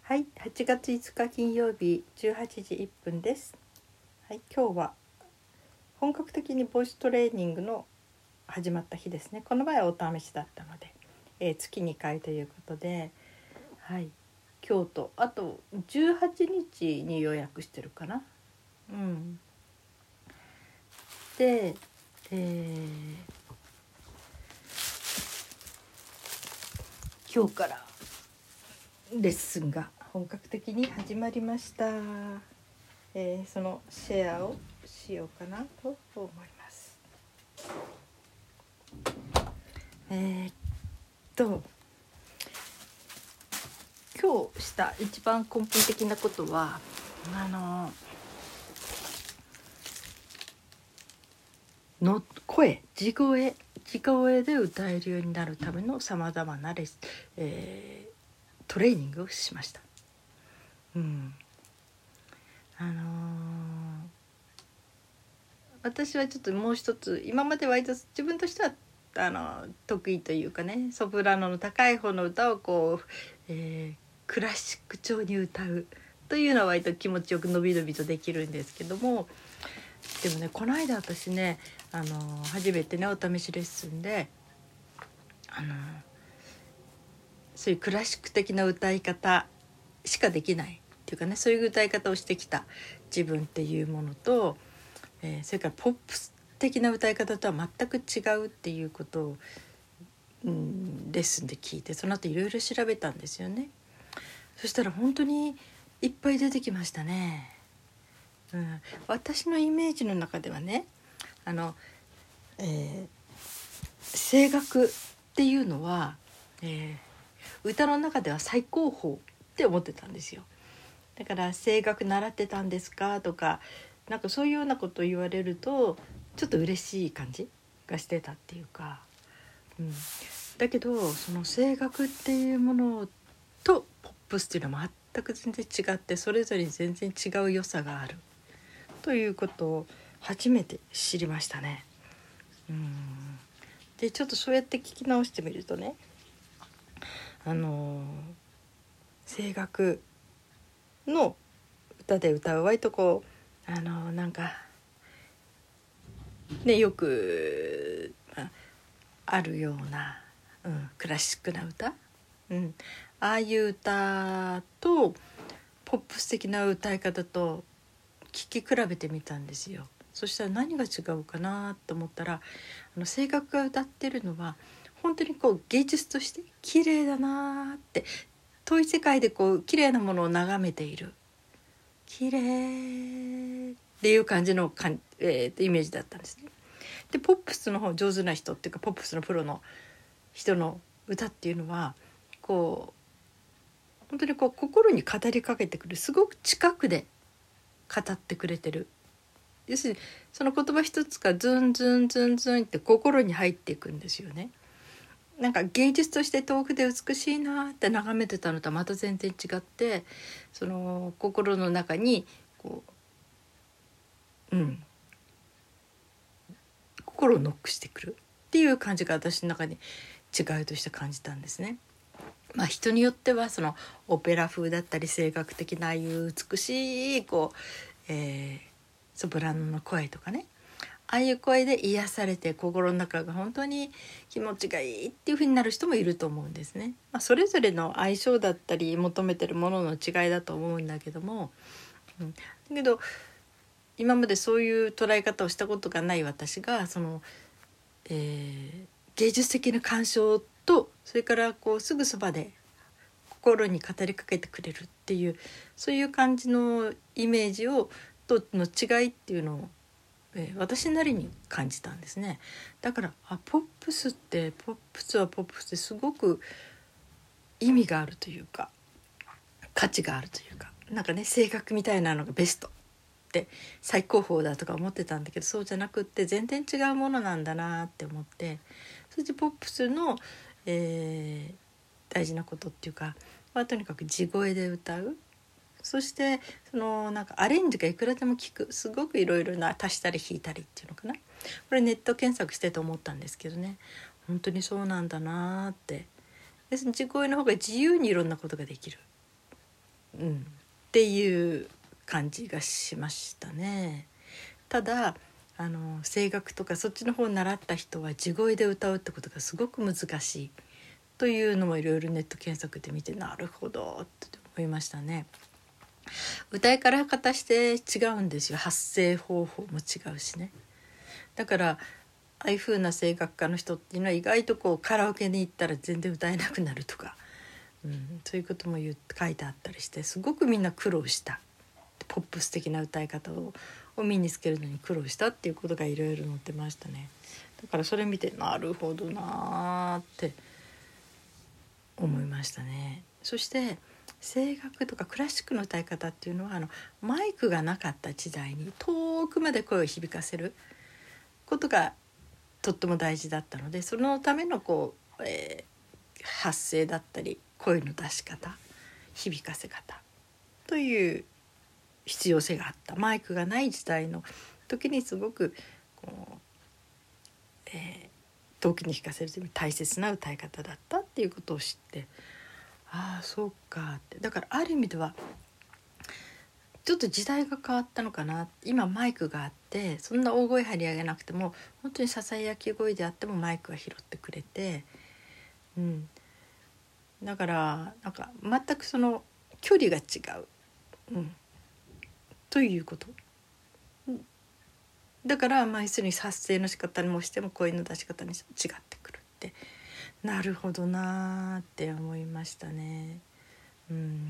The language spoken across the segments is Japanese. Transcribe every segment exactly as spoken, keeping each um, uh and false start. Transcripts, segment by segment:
はい、はちがついつか金曜日じゅうはちじいっぷんです。はい、今日は本格的にボイストレーニングの始まった日ですね。この前はお試しだったので、えー、月にかいということで、はい、今日とあとじゅうはちにちに予約してるかな。うん、で、えー、今日からレッスンが本格的に始まりました。えー、そのシェアをしようかなと思います。えー、っと今日した一番根本的なことはあのの声地声地声で歌えるようになるためのさまざまなレス、えー、トレーニングをしました。うんあのー、私はちょっともう一つ今まで割と自分としてはあの得意というかね、ソプラノの高い方の歌をこう、えー、クラシック調に歌うというのは割と気持ちよく伸び伸びとできるんですけども、でもねこの間私ねあの初めてねお試しレッスンであのそういうクラシック的な歌い方しかできないっていうかね、そういう歌い方をしてきた自分っていうものと、えー、それからポップス的な歌い方とは全く違うっていうことを、うん、レッスンで聞いて、その後いろいろ調べたんですよね。そしたら本当にいっぱい出てきましたね。うん、私のイメージの中ではねあの、えー、声楽っていうのは、えー、歌の中では最高峰って思ってたんですよ。だから声楽習ってたんですかとかなんかそういうようなことを言われるとちょっと嬉しい感じがしてたっていうか、うん、だけどその声楽っていうものとポップスっていうのは全く全然違って、それぞれに全然違う良さがあるということを初めて知りましたね。うんでちょっとそうやって聞き直してみるとね、あの声楽の歌で歌う割とこうあのなんかねよく、まあ、あるような、うん、クラシックな歌、うん、ああいう歌とポップス的な歌い方と聴き比べてみたんですよ。そしたら何が違うかなと思ったら、あの声楽が歌ってるのは本当にこう芸術として綺麗だなって、遠い世界でこう綺麗なものを眺めている、綺麗っていう感じのかん、えー、イメージだったんですね。でポップスの方上手な人っていうかポップスのプロの人の歌っていうのはこう本当にこう心に語りかけてくる、すごく近くで語ってくれてる。要するにその言葉一つがズンズンズンズンって心に入っていくんですよね。なんか芸術として遠くで美しいなって眺めてたのとはまた全然違って、その心の中にこう、うん、心をノックしてくるっていう感じが私の中に違いとして感じたんですね。まあ、人によってはそのオペラ風だったり声楽的なああいう美しいこう、えー、ソプラノの声とかね、ああいう声で癒されて心の中が本当に気持ちがいいっていう風になる人もいると思うんですね。まあ、それぞれの相性だったり求めてるものの違いだと思うんだけども、うん、だけど今までそういう捉え方をしたことがない私がその、えー、芸術的な鑑賞とそれからこうすぐそばで心に語りかけてくれるっていうそういう感じのイメージをとの違いっていうのを、えー、私なりに感じたんですね。だからあポップスってポップスはポップスってすごく意味があるというか価値があるというか、なんかね声楽みたいなのがベストって最高峰だとか思ってたんだけど、そうじゃなくって全然違うものなんだなって思って、そしてポップスの、えー、大事なことっていうかはとにかく地声で歌う。そしてそのなんかアレンジがいくらでも効く、すごくいろいろな足したり引いたりっていうのかな、これネット検索してと思ったんですけどね、本当にそうなんだなって。要するに地声の方が自由にいろんなことができる。 うん、っていう感じがしましたね。ただあの声楽とかそっちの方を習った人は地声で歌うってことがすごく難しいというのもいろいろネット検索で見て、なるほどって思いましたね。歌い方して違うんですよ。発声方法も違うしね。だからああいう風な声楽家の人っていうのは意外とこうカラオケに行ったら全然歌えなくなるとか、うん、そういうことも言う書いてあったりして、すごくみんな苦労した、ポップス的な歌い方をを身につけるのに苦労したっていうことがいろいろ載ってましたね。だからそれ見てなるほどなって思いましたね。そして声楽とかクラシックの歌い方っていうのはあのマイクがなかった時代に遠くまで声を響かせることがとっても大事だったので、そのためのこう、えー、発声だったり声の出し方、響かせ方という必要性があった。マイクがない時代の時にすごくこう、えー、遠くに弾かせるという大切な歌い方だったっていうことを知って、ああそうかって。だからある意味ではちょっと時代が変わったのかな。今マイクがあってそんな大声張り上げなくても本当にささやき声であってもマイクが拾ってくれて、うん、だからなんか全くその距離が違う、うん、ということだから、まあ、要するに発声の仕方にもしても声の出し方にしても違ってくるって、なるほどなって思いましたね。うん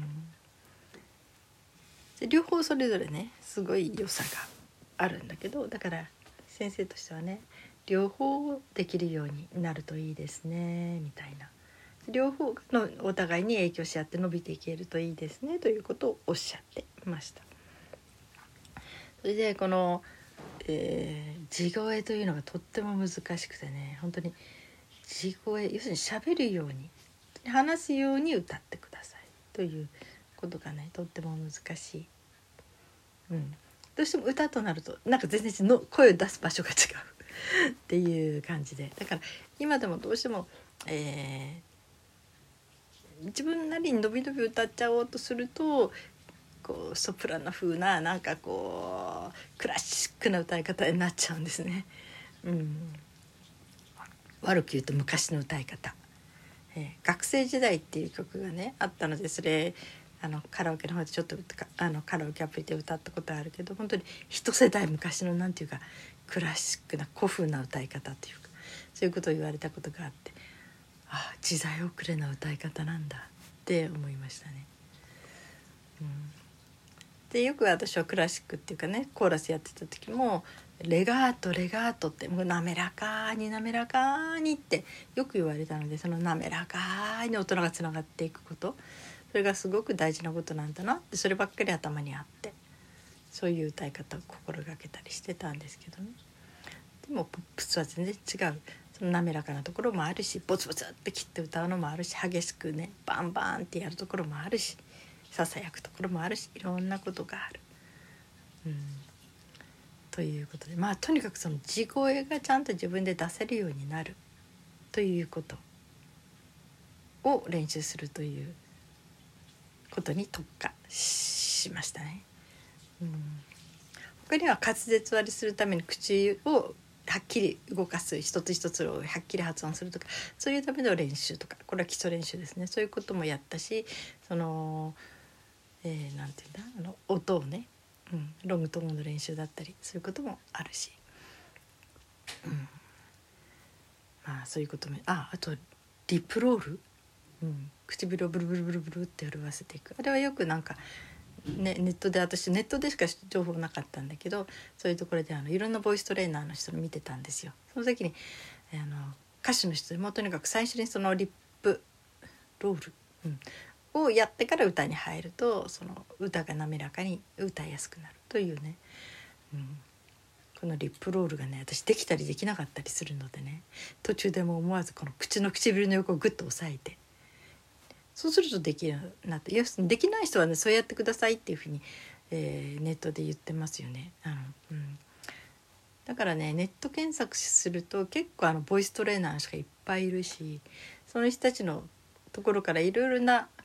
で両方それぞれねすごい良さがあるんだけど、だから先生としてはね両方できるようになるといいですねみたいな、両方のお互いに影響し合って伸びていけるといいですねということをおっしゃってました。それでこの、えー、地声というのがとっても難しくてね、本当に地声要するに喋るように話すように歌ってくださいということがねとっても難しい、うん、どうしても歌となるとなんか全然の声を出す場所が違うっていう感じで、だから今でもどうしても、えー、自分なりに伸び伸び歌っちゃおうとするとこうソプラノ風ななんかこうクラシックな歌い方になっちゃうんですね、うん、悪く言うと昔の歌い方、えー、学生時代っていう曲がねあったので、それあのカラオケの方でちょっとあのカラオケアプリで歌ったことあるけど、本当に一世代昔のなんていうかクラシックな古風な歌い方っていうかそういうことを言われたことがあって、あ時代遅れな歌い方なんだって思いましたね、うん、でよく私はクラシックっていうかねコーラスやってた時もレガートレガートってもう滑らかに滑らかにってよく言われたので、その滑らかに大人がつながっていくこと、それがすごく大事なことなんだなって、そればっかり頭にあって、そういう歌い方を心がけたりしてたんですけどね。でもポップスは全然違う、その滑らかなところもあるし、ボツボツって切って歌うのもあるし、激しくねバンバンってやるところもあるし、ささやくところもあるし、いろんなことがある、うん、ということで、まあとにかくその地声がちゃんと自分で出せるようになるということを練習するということに特化しましたね、うん、他には滑舌割りするために口をはっきり動かす、一つ一つをはっきり発音するとか、そういうための練習とか、これは基礎練習ですね、そういうこともやったし、その、えー、なんていうんだあの音をね、うん、ロングトーンの練習だったりそういうこともあるし、うん、まあそういうことも あ, あとリプロール、うん、唇をブルブルブルブルって震わせていく、あれはよくなんか、ね、ネットで私ネットでしか情報なかったんだけど、そういうところであのいろんなボイストレーナーの人の見てたんですよ。その時にあの歌手の人でもとにかく最初にそのリップロール、うん、をやってから歌に入るとその歌が滑らかに歌いやすくなるというね、うん、このリップロールがね私できたりできなかったりするのでね、途中でも思わずこの口の唇の横をグッと押さえて、そうするとできるようになって、要するにできない人はねそうやってくださいっていうふうに、えー、ネットで言ってますよね。あの、うん、だからねネット検索すると結構あのボイストレーナーの人がいっぱいいるし、その人たちのところからいろいろな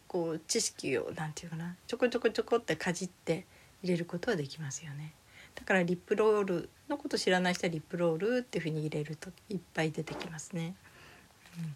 こう知識をなんていうかなちょこちょこちょこってかじって入れることはできますよね。だからリップロールのこと知らない人はリップロールっていうふうに入れるといっぱい出てきますね。うん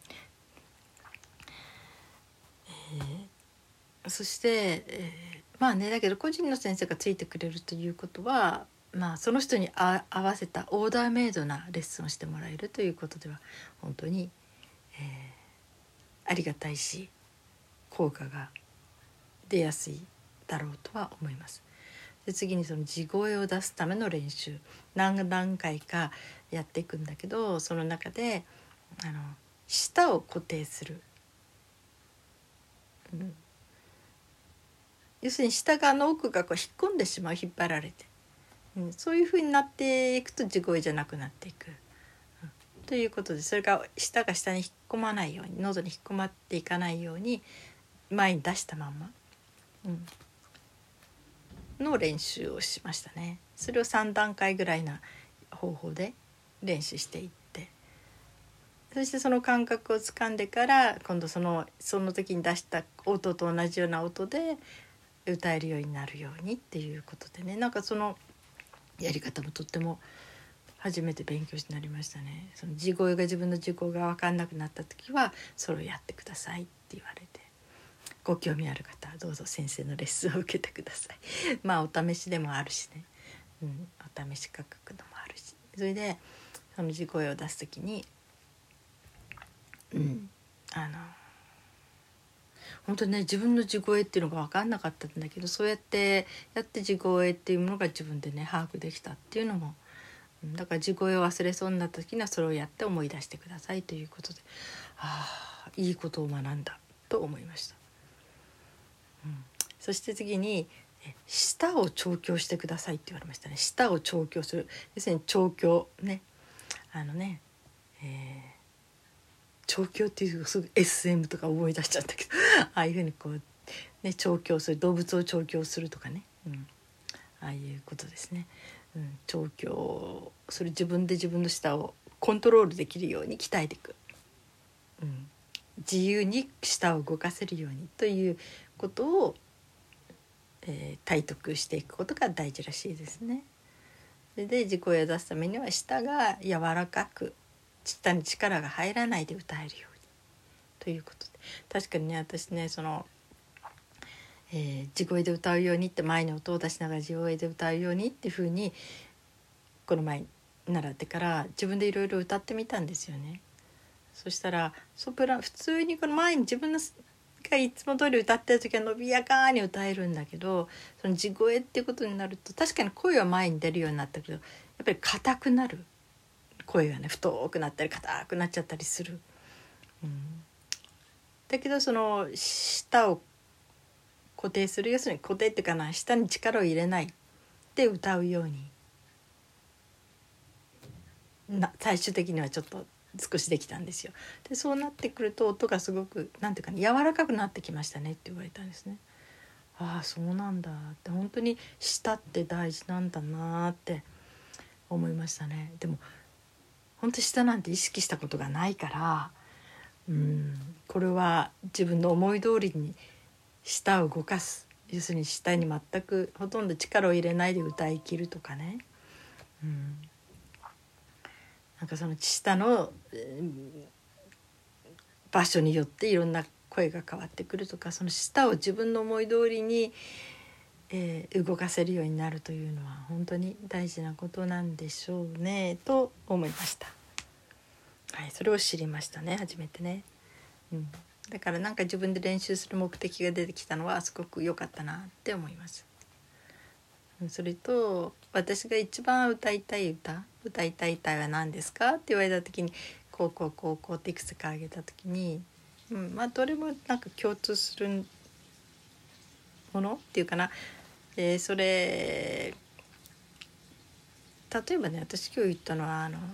えー、そして、えー、まあねだけど個人の先生がついてくれるということは、まあ、その人にあ合わせたオーダーメイドなレッスンをしてもらえるということでは本当に、えー、ありがたいし効果が出やすいだろうとは思います。で次にその地声を出すための練習何段階かやっていくんだけど、その中であの舌を固定する、うん、要するに下側の奥がこう引っ込んでしまう引っ張られて、うん、そういう風になっていくと地声じゃなくなっていく、うん、ということでそれが舌が下に引っ込まないように喉に引っ込まっていかないように前に出したまんま、うん、の練習をしましたね。それをさん段階ぐらいな方法で練習していって、そしてその感覚をつかんでから今度そのその時に出した音と同じような音で歌えるようになるようにっていうことでね、なんかそのやり方もとっても初めて勉強になりましたね。その地声が自分の地声が分かんなくなった時はそれをやってくださいって言われて、ご興味ある方はどうぞ先生のレッスンを受けてくださいまあお試しでもあるしね、うん、お試し価格でもあるし、それでその地声を出す時に、うん、あの本当にね自分の地声っていうのが分かんなかったんだけど、そうやってやって地声っていうものが自分でね把握できたっていうのも、だから地声を忘れそうになった時にはそれをやって思い出してくださいということで、ああいいことを学んだと思いました。うん、そして次に舌を調教してくださいって言われましたね。舌を調教する、要するに調教ね、あのね、えー調教っていうすぐ エスエム とか思い出しちゃったけどああいうふうにこう、ね、調教する、動物を調教するとかね、うん、ああいうことですね、うん、調教する、自分で自分の舌をコントロールできるように鍛えていく、うん、自由に舌を動かせるようにということを、えー、体得していくことが大事らしいですね。それで自己を出すためには舌が柔らかく舌に力が入らないで歌えるようにということで、確かにね私ねその、えー、地声で歌うようにって前に音を出しながら地声で歌うようにっていう風にこの前習ってから自分でいろいろ歌ってみたんですよね。そしたらソプラ普通にこの前に自分のがいつも通り歌ってる時は伸びやかに歌えるんだけど、その地声っていうことになると確かに声は前に出るようになったけどやっぱり硬くなる、声がね太くなったり硬くなっちゃったりする、うん、だけどその舌を固定する、要するに固定っていうかな、舌に力を入れないで歌うようにな最終的にはちょっと少しできたんですよ。でそうなってくると音がすごくなんていうか、ね、柔らかくなってきましたねって言われたんですね。ああそうなんだって本当に舌って大事なんだなって思いましたね。でも本当舌なんて意識したことがないから、うん、これは自分の思い通りに舌を動かす、要するに舌に全くほとんど力を入れないで歌い切るとかね、うん、なんかその舌の、えー、場所によっていろんな声が変わってくるとか、その舌を自分の思い通りに、えー、動かせるようになるというのは本当に大事なことなんでしょうねと思いました。はい、それを知りましたね初めてね、うん、だからなんか自分で練習する目的が出てきたのはすごく良かったなって思います。それと私が一番歌いたい歌歌いたい歌は何ですかって言われた時にこうこうこうこうっていくつか挙げた時に、うん、まあどれもなんか共通するものっていうかな、えー、それ例えばね私今日言ったのはあの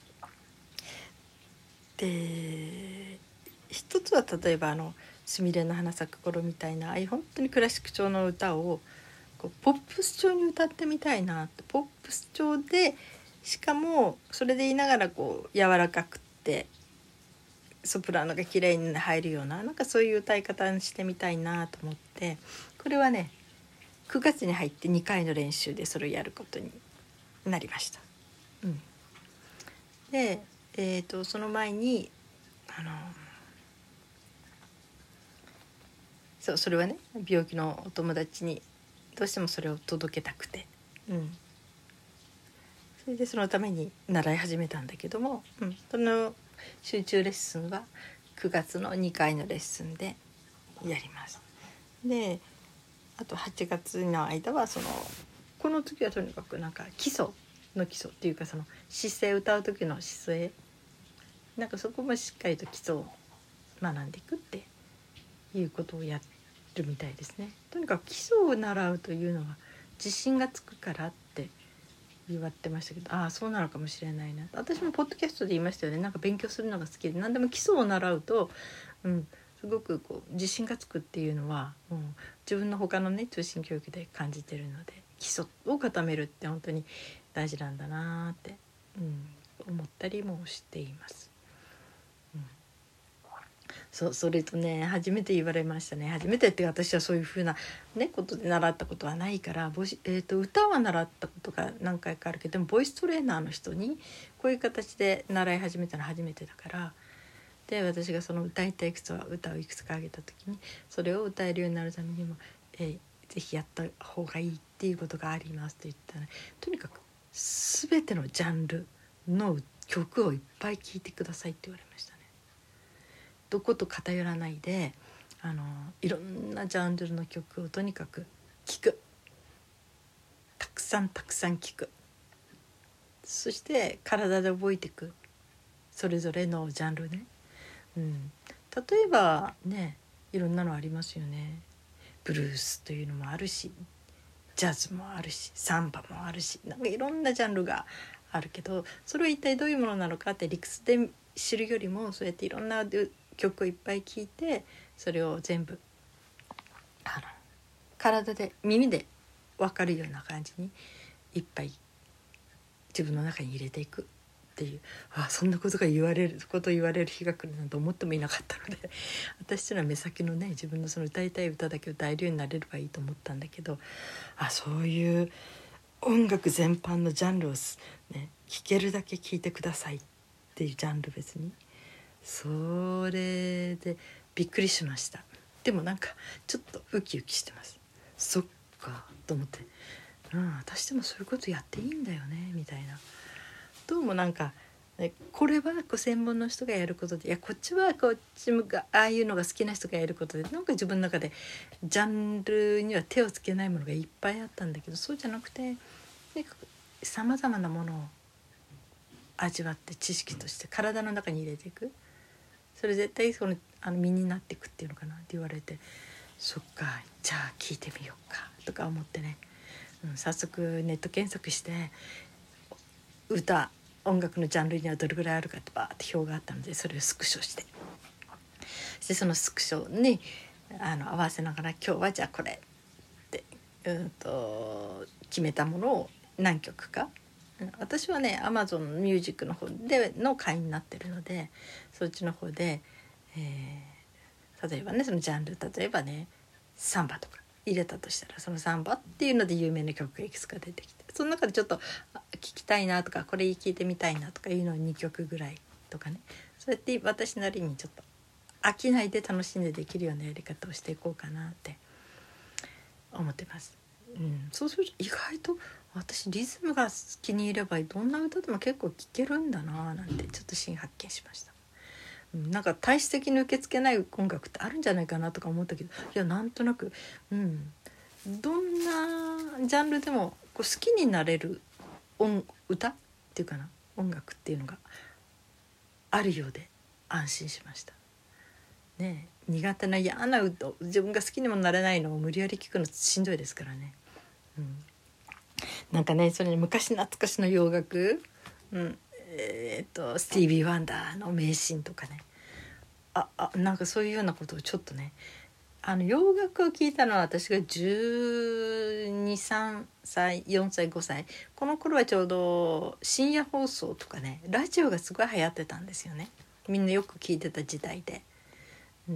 で一つは例えばあのすみれの花咲く頃みたいなああいう本当にクラシック調の歌をこうポップス調に歌ってみたいなって、ポップス調でしかもそれで言いながらこう柔らかくってソプラノが綺麗に入るような、なんかそういう歌い方にしてみたいなと思って、これはねくがつに入ってにかいの練習でそれをやることになりました。うん、で、えーと、その前にあのそうそれはね病気のお友達にどうしてもそれを届けたくて、うん、それでそのために習い始めたんだけども、うん、その集中レッスンはくがつのにかいのレッスンでやります。であとはちがつの間はそのこの時はとにかくなんか基礎の基礎っていうか、その姿勢、歌う時の姿勢、なんかそこもしっかりと基礎を学んでいくっていうことをやるみたいですね。とにかく基礎を習うというのは自信がつくからって言われてましたけど、ああそうなのかもしれないな。私もポッドキャストで言いましたよね。なんか勉強するのが好きで、何でも基礎を習うと、うん、すごくこう自信がつくっていうのは、うん、自分の他のね通信教育で感じてるので、基礎を固めるって本当に大事なんだなって、うん、思ったりもしています。うん、そ, それとね初めて言われましたね。初めてって私はそういう風な、ね、ことで習ったことはないからボイ、えー、と歌は習ったことが何回かあるけど、でもボイストレーナーの人にこういう形で習い始めたの初めてだから、で私がその歌いたいくつは歌をいくつかあげた時に、それを歌えるようになるためにも、えー、ぜひやった方がいいっていうことがありますと言ったら、とにかく全てのジャンルの曲をいっぱい聴いてくださいって言われましたね。どこと偏らないで、あのいろんなジャンルの曲をとにかく聴く、たくさんたくさん聴く、そして体で覚えていく、それぞれのジャンルね、うん、例えばねいろんなのありますよね。ブルースというのもあるし、ジャズもあるし、サンバもあるし、なんかいろんなジャンルがあるけど、それは一体どういうものなのかって理屈で知るよりも、そうやっていろんな曲をいっぱい聴いて、それを全部あの体で耳で分かるような感じにいっぱい自分の中に入れていくっていう、あそんなことが言われること言われる日が来るなんて思ってもいなかったので私というのは目先のね自分のその歌いたい歌だけ歌えるようになれればいいと思ったんだけど、あそういう音楽全般のジャンルを、ね、聴けるだけ聴いてくださいっていうジャンル別に、それでびっくりしました。でもなんかちょっとウキウキしてます。そっかと思って、うん、私でもそういうことやっていいんだよねみたいな。どうもなんかこれはこう専門の人がやることで、いやこっちはこっちがああいうのが好きな人がやることで、なんか自分の中でジャンルには手をつけないものがいっぱいあったんだけど、そうじゃなくてさまざまなものを味わって知識として体の中に入れていく、それ絶対そのあの身になっていくっていうのかなって言われて、そっかじゃあ聞いてみようかとか思ってね、うん、早速ネット検索して歌音楽のジャンルにはどれぐらいあるかってバーって表があったので、それをスクショして、でそのスクショにあの合わせながら、今日はじゃあこれって、うんと決めたものを何曲か、私はね Amazon ミュージックの方での会員になってるので、そっちの方で、えー、例えばねそのジャンル、例えばねサンバとか入れたとしたら、そのサンバっていうので有名な曲がいくつか出てきて、その中でちょっと聞きたいなとかこれ聴いてみたいなとかいうのをにきょくぐらいとかね、そうやって私なりにちょっと飽きないで楽しんでできるようなやり方をしていこうかなって思ってます。うん、そうすると意外と私リズムが気に入ればどんな歌でも結構聴けるんだななんてちょっと新発見しました。うん、なんか体質的に受け付けない音楽ってあるんじゃないかなとか思ったけど、いやなんとなく、うん、どんなジャンルでもこう好きになれる音歌っていうかな、音楽っていうのがあるようで安心しました。ね、苦手な嫌な歌、自分が好きにもなれないのを無理やり聴くのしんどいですからね。うん、なんかねそれに昔懐かしの洋楽、うん、えー、っとスティービー・ワンダーの名シーンとかね、ああなんかそういうようなことをちょっとね、あの洋楽を聴いたのは私がじゅうに、さんさい、よんさい、ごさい、この頃はちょうど深夜放送とかねラジオがすごい流行ってたんですよね。 みんなよく聞いてた時代で、うん、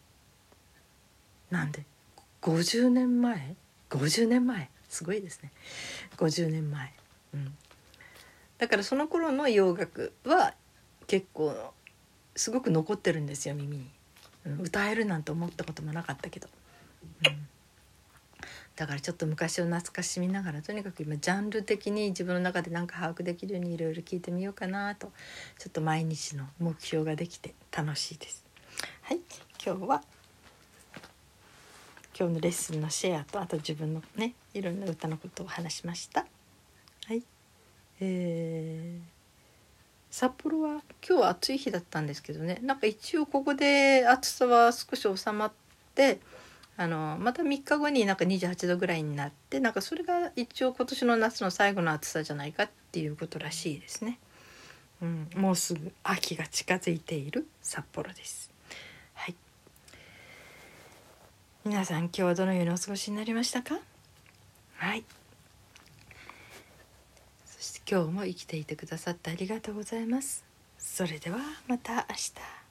なんでごじゅうねんまえごじゅうねんまえすごいですね。ごじゅうねんまえ、うん、だからその頃の洋楽は結構すごく残ってるんですよ耳に、うん、歌えるなんて思ったこともなかったけど、うん、だからちょっと昔を懐かしみながら、とにかく今ジャンル的に自分の中で何か把握できるようにいろいろ聞いてみようかなと、ちょっと毎日の目標ができて楽しいです。はい、今日は今日のレッスンのシェアと、あと自分のねいろんな歌のことを話しました。はい、えー、札幌は今日は暑い日だったんですけどね、なんか一応ここで暑さは少し収まって、あのまたみっかごになんかにじゅうはちどぐらいになって、なんかそれが一応今年の夏の最後の暑さじゃないかっていうことらしいですね。うん、もうすぐ秋が近づいている札幌です。はい、皆さん今日はどのようにお過ごしになりましたか？はい、そして今日も生きていてくださってありがとうございます。それではまた明日。